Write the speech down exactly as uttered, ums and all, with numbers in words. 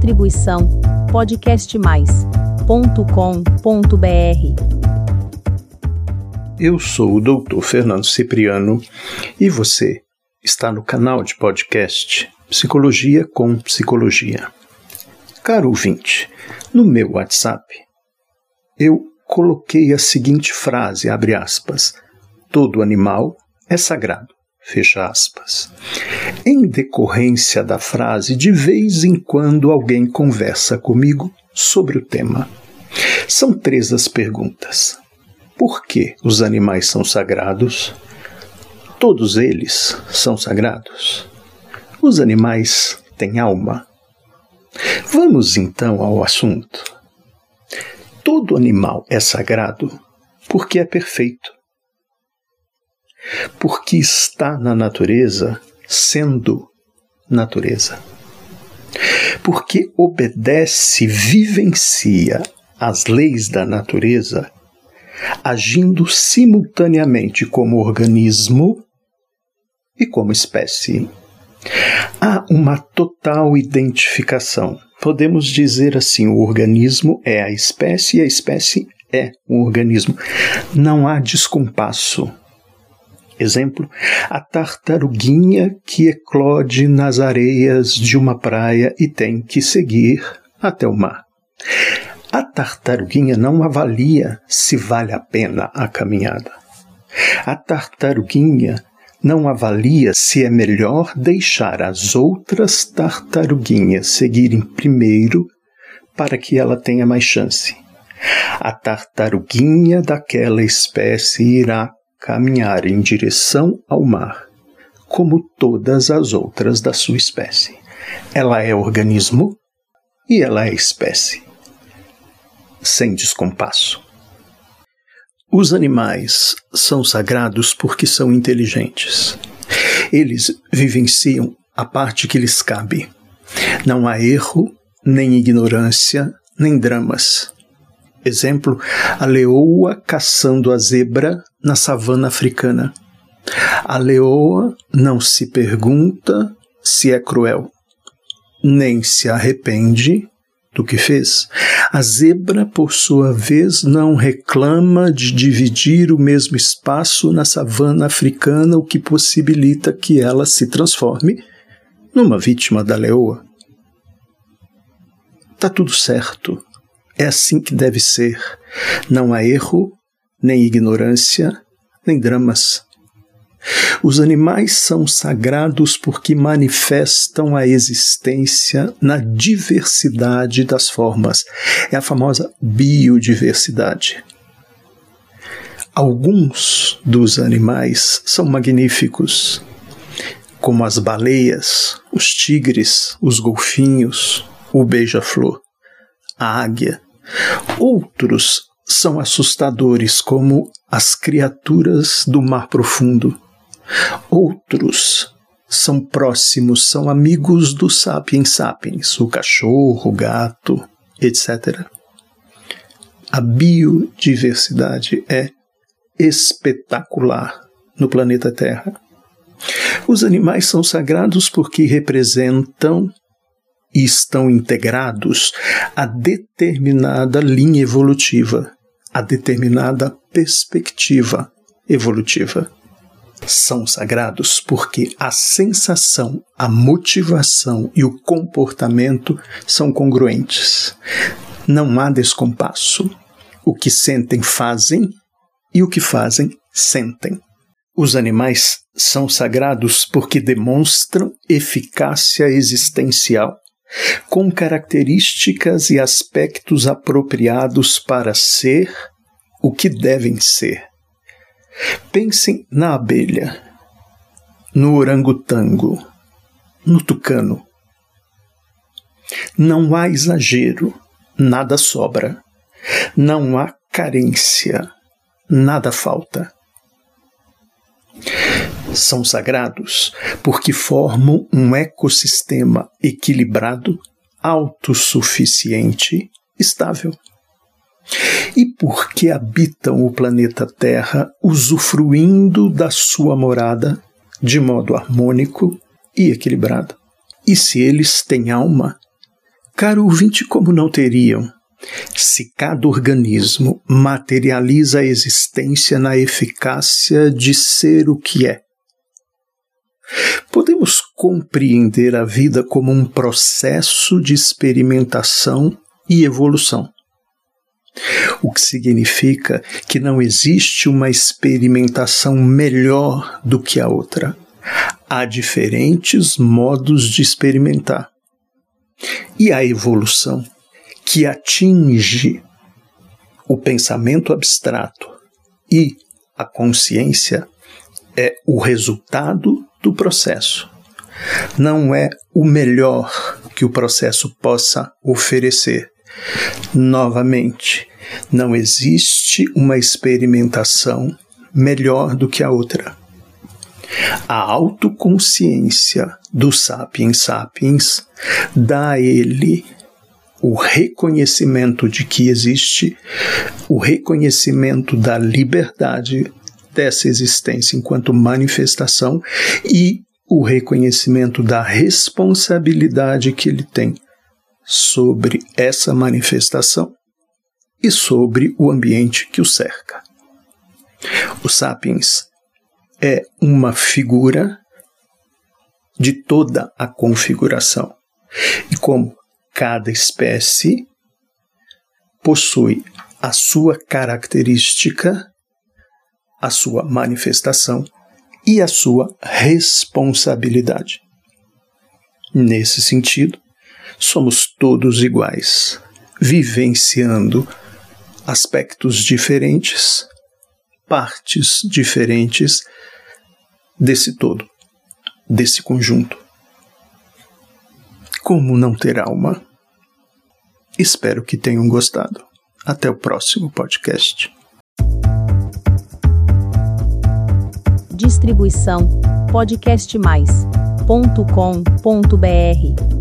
Distribuição podcast mais ponto com ponto b r. Eu sou o doutor Fernando Cipriano e você está no canal de podcast Psicologia com Psicologia. Caro ouvinte, no meu WhatsApp, eu coloquei a seguinte frase, abre aspas, todo animal é sagrado, fecha aspas. Em decorrência da frase, de vez em quando alguém conversa comigo sobre o tema. São três as perguntas. Por que os animais são sagrados? Todos eles são sagrados? Os animais têm alma? Vamos então ao assunto. Todo animal é sagrado porque é perfeito. Porque está na natureza, sendo natureza. Porque obedece, vivencia as leis da natureza, agindo simultaneamente como organismo e como espécie. Há uma total identificação. Podemos dizer assim, o organismo é a espécie e a espécie é o organismo. Não há descompasso. Exemplo, a tartaruguinha que eclode nas areias de uma praia e tem que seguir até o mar. A tartaruguinha não avalia se vale a pena a caminhada. A tartaruguinha não avalia se é melhor deixar as outras tartaruguinhas seguirem primeiro para que ela tenha mais chance. A tartaruguinha daquela espécie irá caminhar em direção ao mar, como todas as outras da sua espécie. Ela é organismo e ela é espécie, sem descompasso. Os animais são sagrados porque são inteligentes. Eles vivenciam a parte que lhes cabe. Não há erro, nem ignorância, nem dramas. Exemplo, a leoa caçando a zebra na savana africana. A leoa não se pergunta se é cruel, nem se arrepende do que fez. A zebra, por sua vez, não reclama de dividir o mesmo espaço na savana africana, o que possibilita que ela se transforme numa vítima da leoa. Tá tudo certo. É assim que deve ser. Não há erro, nem ignorância, nem dramas. Os animais são sagrados porque manifestam a existência na diversidade das formas. É a famosa biodiversidade. Alguns dos animais são magníficos, como as baleias, os tigres, os golfinhos, o beija-flor, a águia. Outros são assustadores, como as criaturas do mar profundo. Outros são próximos, são amigos do sapiens sapiens, o cachorro, o gato, etcétera. A biodiversidade é espetacular no planeta Terra. Os animais são sagrados porque representam e estão integrados a determinada linha evolutiva, a determinada perspectiva evolutiva. São sagrados porque a sensação, a motivação e o comportamento são congruentes. Não há descompasso. O que sentem, fazem, e o que fazem, sentem. Os animais são sagrados porque demonstram eficácia existencial, com características e aspectos apropriados para ser o que devem ser. Pensem na abelha, no orangotango, no tucano. Não há exagero, nada sobra. Não há carência, nada falta. São sagrados porque formam um ecossistema equilibrado, autossuficiente, estável. E porque habitam o planeta Terra usufruindo da sua morada de modo harmônico e equilibrado. E se eles têm alma, Caro ouvinte, como não teriam, se cada organismo materializa a existência na eficácia de ser o que é? Podemos compreender a vida como um processo de experimentação e evolução, o que significa que não existe uma experimentação melhor do que a outra. Há diferentes modos de experimentar. E a evolução, que atinge o pensamento abstrato e a consciência, é o resultado do processo. Não é o melhor que o processo possa oferecer. Novamente, não existe uma experimentação melhor do que a outra. A autoconsciência do Sapiens Sapiens dá a ele o reconhecimento de que existe, o reconhecimento da liberdade dessa existência enquanto manifestação e o reconhecimento da responsabilidade que ele tem sobre essa manifestação e sobre o ambiente que o cerca. O Sapiens é uma figura de toda a configuração. E como cada espécie possui a sua característica, a sua manifestação e a sua responsabilidade. Nesse sentido, somos todos iguais, vivenciando aspectos diferentes, partes diferentes desse todo, desse conjunto. Como não ter alma? Espero que tenham gostado. Até o próximo podcast. Distribuição podcast mais ponto com ponto br